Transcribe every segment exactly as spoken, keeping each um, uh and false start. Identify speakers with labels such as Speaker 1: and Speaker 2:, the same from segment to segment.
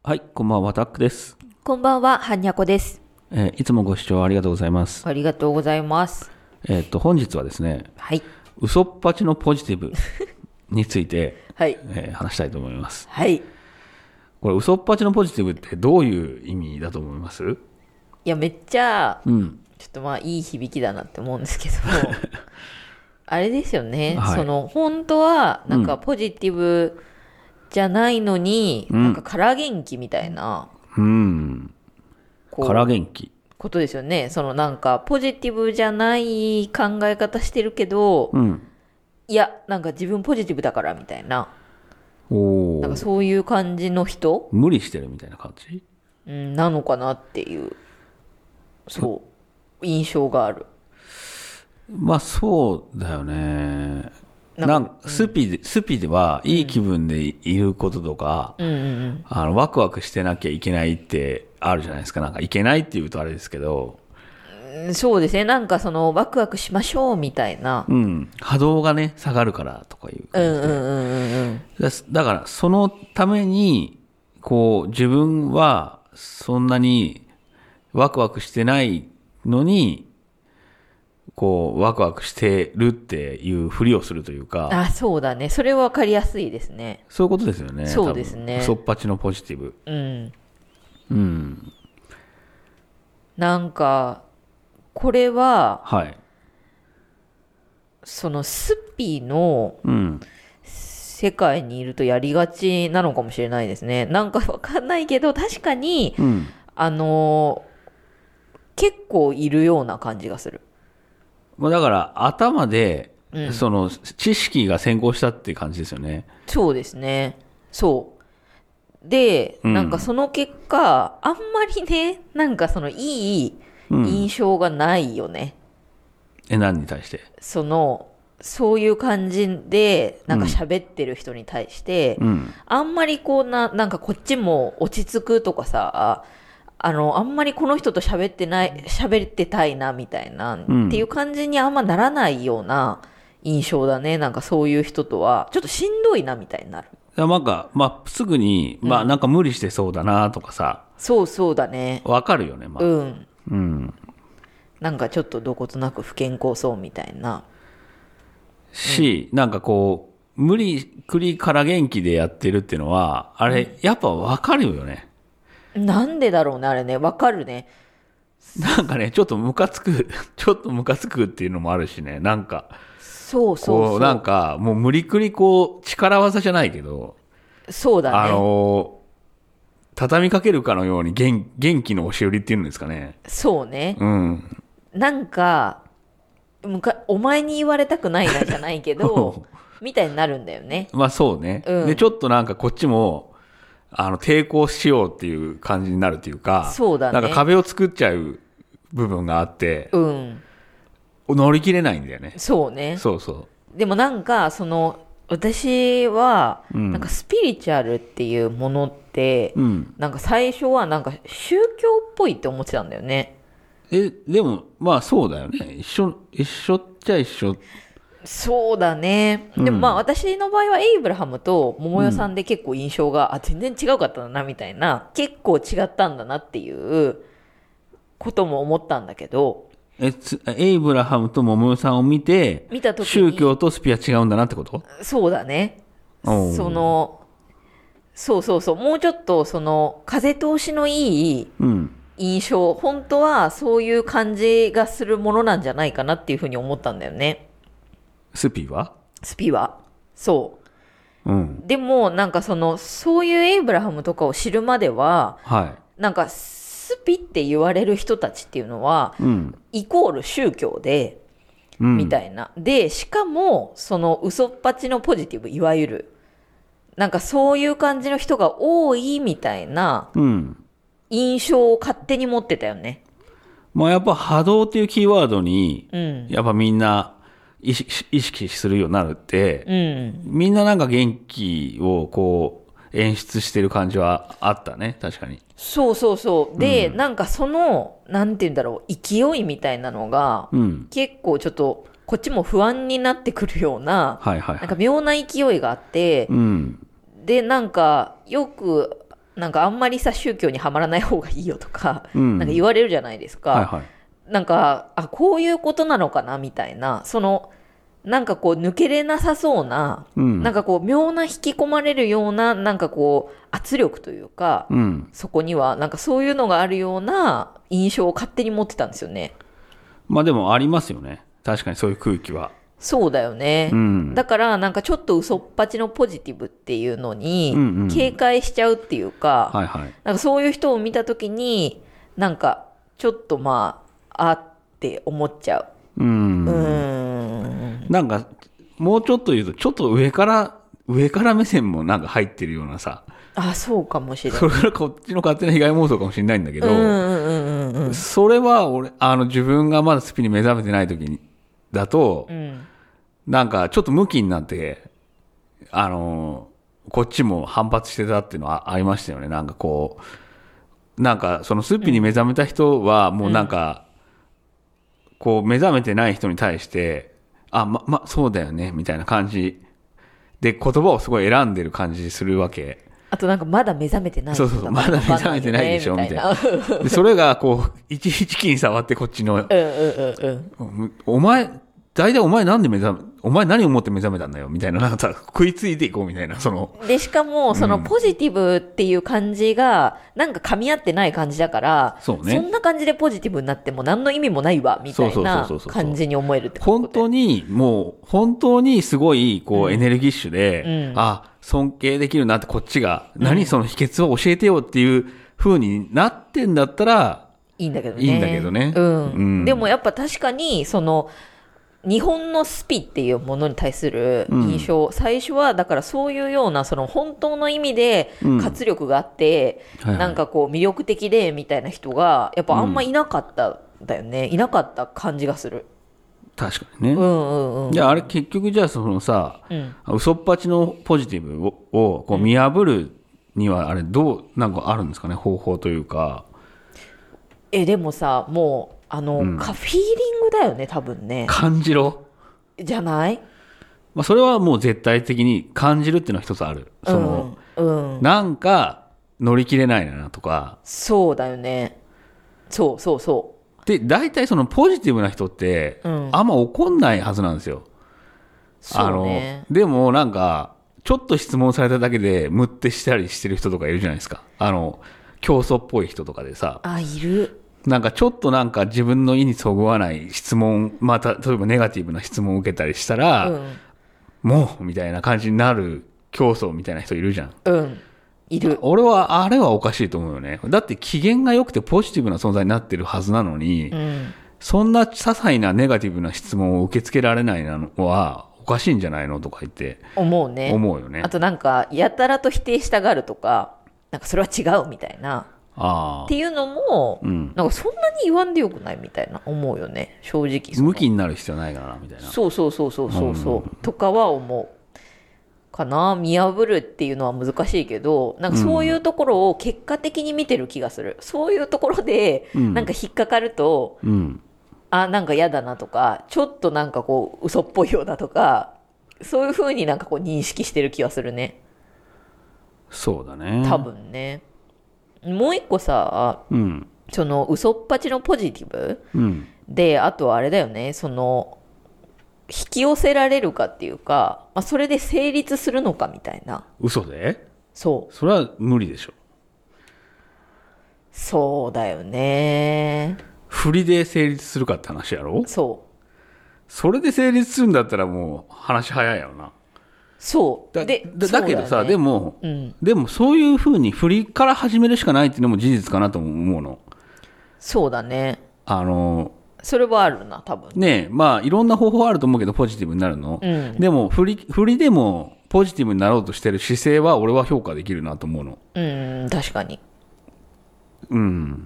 Speaker 1: はい、こんばんは、タックです。
Speaker 2: こんばんは、はんにゃこです。
Speaker 1: えーいつもご視聴ありがとうございます。
Speaker 2: ありがとうございます。
Speaker 1: えっと、本日はですね、
Speaker 2: はい。
Speaker 1: 嘘っぱちのポジティブについて、
Speaker 2: はい。
Speaker 1: えー話したいと思います。
Speaker 2: はい。い
Speaker 1: これ、嘘っぱちのポジティブってどういう意味だと思います？
Speaker 2: や、めっちゃ、
Speaker 1: うん。
Speaker 2: ちょっとまあ、いい響きだなって思うんですけど、あれですよね。
Speaker 1: はい
Speaker 2: その、本当は、なんかポジティブじゃないのに、
Speaker 1: うん
Speaker 2: なんか空元気みたいな、
Speaker 1: うん。
Speaker 2: こう、
Speaker 1: 空元気。
Speaker 2: ことですよね。そのなんか、ポジティブじゃない考え方してるけど、
Speaker 1: うん。
Speaker 2: いや、なんか自分ポジティブだからみたいな、
Speaker 1: おー。
Speaker 2: なんかそういう感じの人、
Speaker 1: 無理してるみたいな感じ？
Speaker 2: うん、なのかなっていう、そう、印象がある。
Speaker 1: まあ、そうだよね。
Speaker 2: なんか
Speaker 1: なんかスピで、スピではいい気分でいることとか、
Speaker 2: うんうんうん。
Speaker 1: あの、ワクワクしてなきゃいけないってあるじゃないですか。なんか、いけないって言うとあれですけど、
Speaker 2: うんそうですね。なんかその、ワクワクしましょうみたいな。
Speaker 1: うん、波動がね、下がるからとかいう感じで。
Speaker 2: うんうんうんうんうん。
Speaker 1: だだから、そのために、こう、自分はそんなにワクワクしてないのに、こう、ワクワクしてるっていうふりをするというか、
Speaker 2: あ、そうだね。それはわかりやすいですね。
Speaker 1: そういうことですよね。
Speaker 2: そうですね
Speaker 1: 多分嘘っぱちのポジティブ。
Speaker 2: うん。
Speaker 1: うん。
Speaker 2: なんか、これは、
Speaker 1: はい。
Speaker 2: そのスピの
Speaker 1: うん。
Speaker 2: 世界にいるとやりがちなのかもしれないですね。なんかわかんないけど、確かに、
Speaker 1: うん。
Speaker 2: あのー結構いるような感じがする。
Speaker 1: まあ、だから頭で、
Speaker 2: うん
Speaker 1: その知識が先行したっていう感じですよね。
Speaker 2: そうですね。そう。で、
Speaker 1: うん
Speaker 2: なんかその結果、あんまりね、なんかそのいい印象がないよね。
Speaker 1: え、何に対して？
Speaker 2: その、そういう感じで、なんか喋ってる人に対して、
Speaker 1: うん。
Speaker 2: あんまりこうな、なんかこっちも落ち着くとかさ、あの、あんまりこの人と喋ってない、喋ってたいな、みたいな、
Speaker 1: ん
Speaker 2: っていう感じにあんまならないような印象だね。なんかそういう人とは、ちょっとしんどいな、みたいになる。
Speaker 1: なんか、まあ、すぐに、まあ、なんか無理してそうだなとかさ、
Speaker 2: そうそうだね。
Speaker 1: わかるよね、まあ。
Speaker 2: うん。
Speaker 1: うん。
Speaker 2: なんかちょっとどことなく不健康そうみたいな。
Speaker 1: し、なんかこう、無理くりから元気でやってるっていうのは、あれ、やっぱわかるよね。
Speaker 2: なんでだろうね、あれね。わかるね。
Speaker 1: なんかね、ちょっとムカつく、ちょっとムカつくっていうのもあるしね、なんか、
Speaker 2: そうそう
Speaker 1: こう、
Speaker 2: そう。
Speaker 1: なんか、もう無理くりこう、力技じゃないけど、あ
Speaker 2: そうだね。
Speaker 1: のー畳みかけるかのように元元気の押し売りっていうんですかね。
Speaker 2: そうね。
Speaker 1: うん。
Speaker 2: なんか、むか、お前に言われたくないなじゃないけど、みたいになるんだよね。
Speaker 1: まあそうね。
Speaker 2: うん
Speaker 1: で、ちょっとなんかこっちも、あの、抵抗しようっていう感じになるっていうか、
Speaker 2: そうだね
Speaker 1: なんか壁を作っちゃう部分があって、
Speaker 2: うん。
Speaker 1: 乗り切れないんだよね。
Speaker 2: そうね。
Speaker 1: そうそ
Speaker 2: でもなんか、その、私は、
Speaker 1: うん
Speaker 2: なんかスピリチュアルっていうものって、
Speaker 1: う。うん。
Speaker 2: なんか最初はなんか宗教っぽいって思ってたんだよね。
Speaker 1: え、でも、まあそうだよね。一緒、一緒っちゃ一緒。
Speaker 2: そうだね。でもまあ私の場合はエイブラハムと桃代さんで結構印象が、あ、全然違うかったなみたいな、結構違ったんだなっていうことも思ったんだけど、
Speaker 1: え、つエイブラハムと桃代さんを見て、
Speaker 2: 見た時に
Speaker 1: 宗教とスピは違うんだなってこと？
Speaker 2: そうだね。
Speaker 1: おう
Speaker 2: その、そうそうそう、もうちょっとその風通しのいい
Speaker 1: うん。
Speaker 2: 印象、本当はそういう感じがするものなんじゃないかなっていうふうに思ったんだよね。
Speaker 1: スピは？
Speaker 2: スピは。そう。
Speaker 1: うん。
Speaker 2: でも、なんかその、そういうエイブラハムとかを知るまでは、
Speaker 1: は
Speaker 2: なんか、スピって言われる人たちっていうのは、
Speaker 1: い。うん。
Speaker 2: イコール宗教で、
Speaker 1: うん。
Speaker 2: みたいな。で、しかも、その嘘っぱちのポジティブ、いわゆる、なんかそういう感じの人が多いみたいな
Speaker 1: うん。
Speaker 2: 印象を勝手に持ってたよね。
Speaker 1: まあやっぱ波動っていうキーワードに、
Speaker 2: うん。
Speaker 1: やっぱみんな意識意識するようになるって、
Speaker 2: うん。
Speaker 1: みんななんか元気をこう演出してる感じはあったね、確かに。
Speaker 2: そうそうそう。で、なんかその、なんて言うんだろう、勢いみたいなのが、
Speaker 1: うん。
Speaker 2: 結構ちょっと、こっちも不安になってくるような、
Speaker 1: はいはいはい。
Speaker 2: なんか妙な勢いがあって、
Speaker 1: うん。
Speaker 2: で、なんか、よくなんかあんまりさ宗教にはまらない方がいいよとか、
Speaker 1: うん、
Speaker 2: なんか言われるじゃないですか、
Speaker 1: はいはい、
Speaker 2: なんかあこういうことなのかなみたいな、そのなんかこう抜けれなさそうな、うん、なんかこう妙な引き込まれるようななんかこう圧力というか、うん、そこにはなんかそういうのがあるような印象を勝手に持ってたんですよね。
Speaker 1: まあでもありますよね、確かにそういう空気は。
Speaker 2: そうだよね、うん、だからなんかちょっと嘘っぱちのポジティブっていうのに警戒しちゃうっていうか、うんうん、はいはい、なんかそういう人を見た時になんかちょっとまああって思っちゃう。うん、うーん、
Speaker 1: なんかもうちょっと言うとちょっと上から上から目線もなんか入ってるようなさ。
Speaker 2: あ、そうかもしれない。
Speaker 1: それはこっちの勝手な被害妄想かもしれないんだけど、うんうんうんうん、それは俺あの自分がまだスピに目覚めてない時にだと、うん、なんかちょっとムキになってあのこっちも反発してたっていうのはありましたよね。なんかこうなんかそのスピに目覚めた人はもうなんか、うん、こう目覚めてない人に対してあままそうだよねみたいな感じで言葉をすごい選んでる感じするわけ。
Speaker 2: あとなんかまだ目覚めてない
Speaker 1: 人だから、そうそうそう、まだ目覚めてないでしょみたいな。でそれがこう一時期に触ってこっちの、うんうんうんうん、お前大体お前なんで目覚めお前何を思って目覚めたんだよみたいな、なんかさ食いついていこうみたいな、その
Speaker 2: でしかもそのポジティブっていう感じがなんか噛み合ってない感じだから、そうね、そんな感じでポジティブになっても何の意味もないわみたいな感じに思えるってことで、
Speaker 1: 本当にもう本当にすごいこうエネルギッシュで、うん、あ尊敬できるなってこっちが、うん、何その秘訣を教えてよっていう風になってんだったら
Speaker 2: いいんだけどね。
Speaker 1: いいんだけどね。
Speaker 2: うんうん、でもやっぱ確かにその日本のスピっていうものに対する印象、うん、最初はだからそういうようなその本当の意味で活力があって、うんはいはい、なんかこう魅力的でみたいな人がやっぱあんまいなかったんだよね、うん、いなかった感じがする。
Speaker 1: 確かにね、うんうんうん、じゃああれ結局じゃあそのさ、うん、嘘っぱちのポジティブを、をこう見破るにはあれどうなんかあるんですかね、方法というか。
Speaker 2: えでもさもうあの、うん、かフィーリングだよね多分ね。
Speaker 1: 感じろ
Speaker 2: じゃない、
Speaker 1: まあ、それはもう絶対的に感じるっていうのは一つある。その、うんうん、なんか乗り切れないなとか。
Speaker 2: そうだよね。そうそうそう。
Speaker 1: で大体そのポジティブな人って、うん、あんま怒んないはずなんですよ。
Speaker 2: そうね。
Speaker 1: あのでもなんかちょっと質問されただけでムッてしたりしてる人とかいるじゃないですか。あの競争っぽい人とかでさ。
Speaker 2: あ、いる。
Speaker 1: なんかちょっとなんか自分の意にそぐわない質問、また例えばネガティブな質問を受けたりしたら、うん、もうみたいな感じになる競争みたいな人いるじゃん。
Speaker 2: うん。いる。
Speaker 1: 俺はあれはおかしいと思うよね。だって機嫌が良くてポジティブな存在になってるはずなのに、うん、そんな些細なネガティブな質問を受け付けられないのはおかしいんじゃないのとか言って
Speaker 2: 思うね。
Speaker 1: 思うよね。
Speaker 2: あとなんかやたらと否定したがるとか、なんかそれは違うみたいな。あっていうのも、うん、なんかそんなに言わんでよくないみたいな思うよね、正直。
Speaker 1: 向きになる必要ないかなみたいな。
Speaker 2: そうそうそうそうそうそう、うん、とかは思うかな。見破るっていうのは難しいけど、なんかそういうところを結果的に見てる気がする、うん、そういうところでなんか引っかかると、うん、あなんか嫌だなとか、ちょっとなんかこう嘘っぽいようだとか、そういう風になんかこう認識してる気がするね。
Speaker 1: そうだね、
Speaker 2: 多分ね。もう一個さ、うん、その嘘っぱちのポジティブ、うん、であとあれだよね、その引き寄せられるかっていうか、まあ、それで成立するのかみたいな。
Speaker 1: 嘘で？
Speaker 2: そう。
Speaker 1: それは無理でしょ。
Speaker 2: そうだよね。
Speaker 1: 振りで成立するかって話やろ。
Speaker 2: そう。
Speaker 1: それで成立するんだったらもう話早いやろな。
Speaker 2: そう
Speaker 1: だで だ, だけどさ、ね、でも、うん、でもそういう風に振りから始めるしかないっていうのも事実かなと思うの。
Speaker 2: そうだね。
Speaker 1: あの
Speaker 2: それはあるな多分
Speaker 1: ね。まあいろんな方法あると思うけどポジティブになるの、うん、でも振り振りでもポジティブになろうとしてる姿勢は俺は評価できるなと思うの。
Speaker 2: うん確かに。
Speaker 1: うん。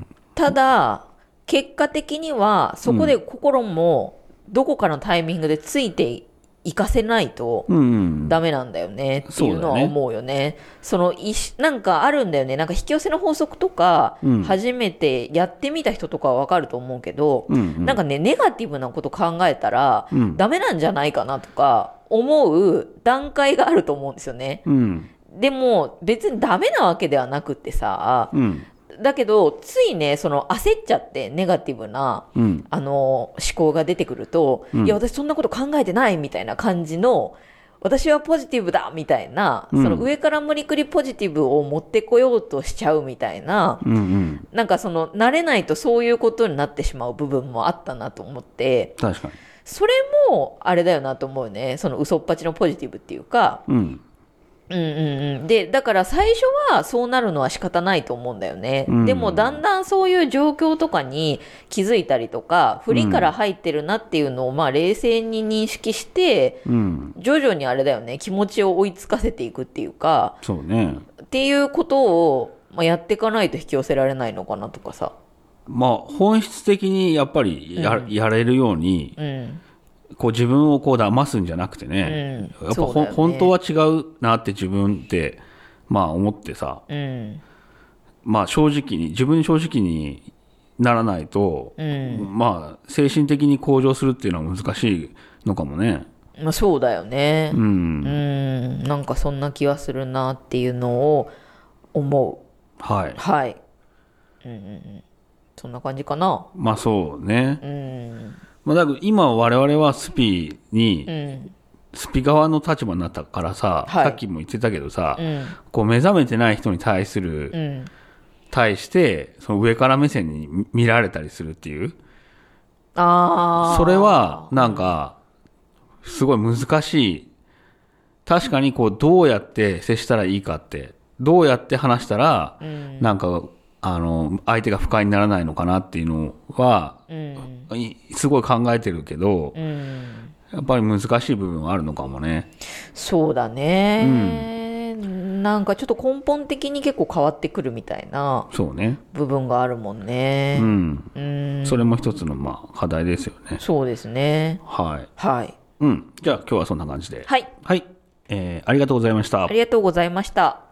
Speaker 2: ただ結果的にはそこで心もどこかのタイミングでついて行かせないとダメなんだよねっていうのは思うよね。そのなんかあるんだよね。なんか引き寄せの法則とか、うん、初めてやってみた人とかはわかると思うけど、うんうん、なんかねネガティブなこと考えたら、うん、ダメなんじゃないかなとか思う段階があると思うんですよね。うん、 でも別にダメなわけではなくってさ、
Speaker 1: うん。
Speaker 2: だけどついねその焦っちゃってネガティブな、
Speaker 1: うん。
Speaker 2: あの思考が出てくると、
Speaker 1: うん
Speaker 2: いや私そんなこと考えてないみたいな感じの、私はポジティブだみたいな、
Speaker 1: うん
Speaker 2: その上から無理くりポジティブを持ってこようとしちゃうみたいな、
Speaker 1: うん。うん。
Speaker 2: なんかその慣れないとそういうことになってしまう部分もあったなと思って、
Speaker 1: 確かに。
Speaker 2: それもあれだよなと思うね。その嘘っぱちのポジティブっていうか、
Speaker 1: うん。
Speaker 2: うんうんうん。で、だから最初はそうなるのは仕方ないと思うんだよね。
Speaker 1: うん
Speaker 2: でもだんだんそういう状況とかに気づいたりとか、振りから入ってるなっていうのをまあ冷静に認識して、
Speaker 1: うん。
Speaker 2: 徐々にあれだよね、気持ちを追いつかせていくっていうか、
Speaker 1: そうね。
Speaker 2: っていうことを、まあ、やっていかないと引き寄せられないのかなとかさ。
Speaker 1: まあ、本質的にやっぱりや,、
Speaker 2: うん
Speaker 1: やれるように、
Speaker 2: うん。
Speaker 1: こう自分をこう騙すんじゃなくてね、
Speaker 2: うん
Speaker 1: やっぱほ、
Speaker 2: そうだよね
Speaker 1: 本当は違うなって自分って、まあ思ってさ、
Speaker 2: うん。
Speaker 1: まあ正直に、自分に正直にならないと、
Speaker 2: うん。
Speaker 1: まあ精神的に向上するっていうのは難しいのかもね。
Speaker 2: まあ、そうだよね。
Speaker 1: う。
Speaker 2: うんん。なんかそんな気はするなっていうのを思う。
Speaker 1: はい。
Speaker 2: はい。うんうんうん。そんな感じかな。
Speaker 1: まあそうね。
Speaker 2: うん。
Speaker 1: まあだから今我々はスピに、
Speaker 2: うん。
Speaker 1: スピ側の立場になったからさ、
Speaker 2: はい
Speaker 1: さっきも言ってたけどさ、
Speaker 2: うん。
Speaker 1: こう目覚めてない人に対する、
Speaker 2: うん。
Speaker 1: 対して、その上から目線に見られたりするっていう。
Speaker 2: ああ。
Speaker 1: それは、なんか、すごい難しい。確かにこう、どうやって接したらいいかって、どうやって話したら、
Speaker 2: うん。
Speaker 1: なんか、あの、相手が不快にならないのかなっていうのは、
Speaker 2: うん。
Speaker 1: いすごい考えてるけど、
Speaker 2: うん。
Speaker 1: やっぱり難しい部分はあるのかもね。
Speaker 2: そうだね、なんかちょっと根本的に結構変わってくるみたいな
Speaker 1: そうね。
Speaker 2: 部分があるもんね。
Speaker 1: うん。
Speaker 2: うん。
Speaker 1: それも一つの、まあ、課題ですよね。
Speaker 2: そうですね。
Speaker 1: はい。
Speaker 2: はい。
Speaker 1: うん。じゃあ今日はそんな感じで。
Speaker 2: はい。
Speaker 1: はい。えー、ありがとうございました
Speaker 2: あ。りがとうございました。